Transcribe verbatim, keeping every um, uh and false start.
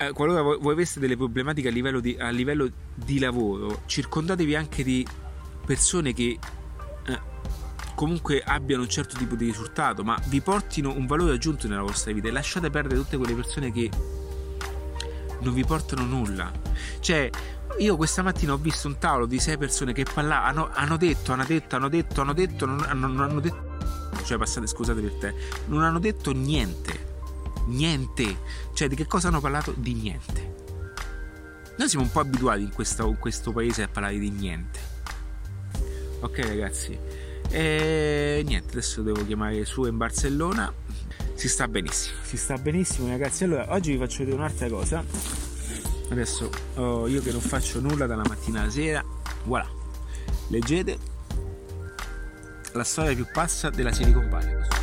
eh, qualora voi, voi aveste delle problematiche a livello di, a livello di lavoro, circondatevi anche di persone che eh, comunque abbiano un certo tipo di risultato, ma vi portino un valore aggiunto nella vostra vita, e lasciate perdere tutte quelle persone che non vi portano nulla. Cioè, io questa mattina ho visto un tavolo di sei persone che parlavano, hanno, hanno detto, hanno detto, hanno detto, hanno detto, non, non hanno detto, cioè passate, scusate per te, non hanno detto niente. Niente. Cioè, di che cosa hanno parlato? Di niente. Noi siamo un po' abituati in questo, in questo paese a parlare di niente. Ok ragazzi, e niente, adesso devo chiamare su in Barcellona. Si sta benissimo, si sta benissimo ragazzi. Allora, oggi vi faccio vedere un'altra cosa. Adesso oh, io che non faccio nulla dalla mattina alla sera, voilà, leggete la storia più pazza della Silicon Valley.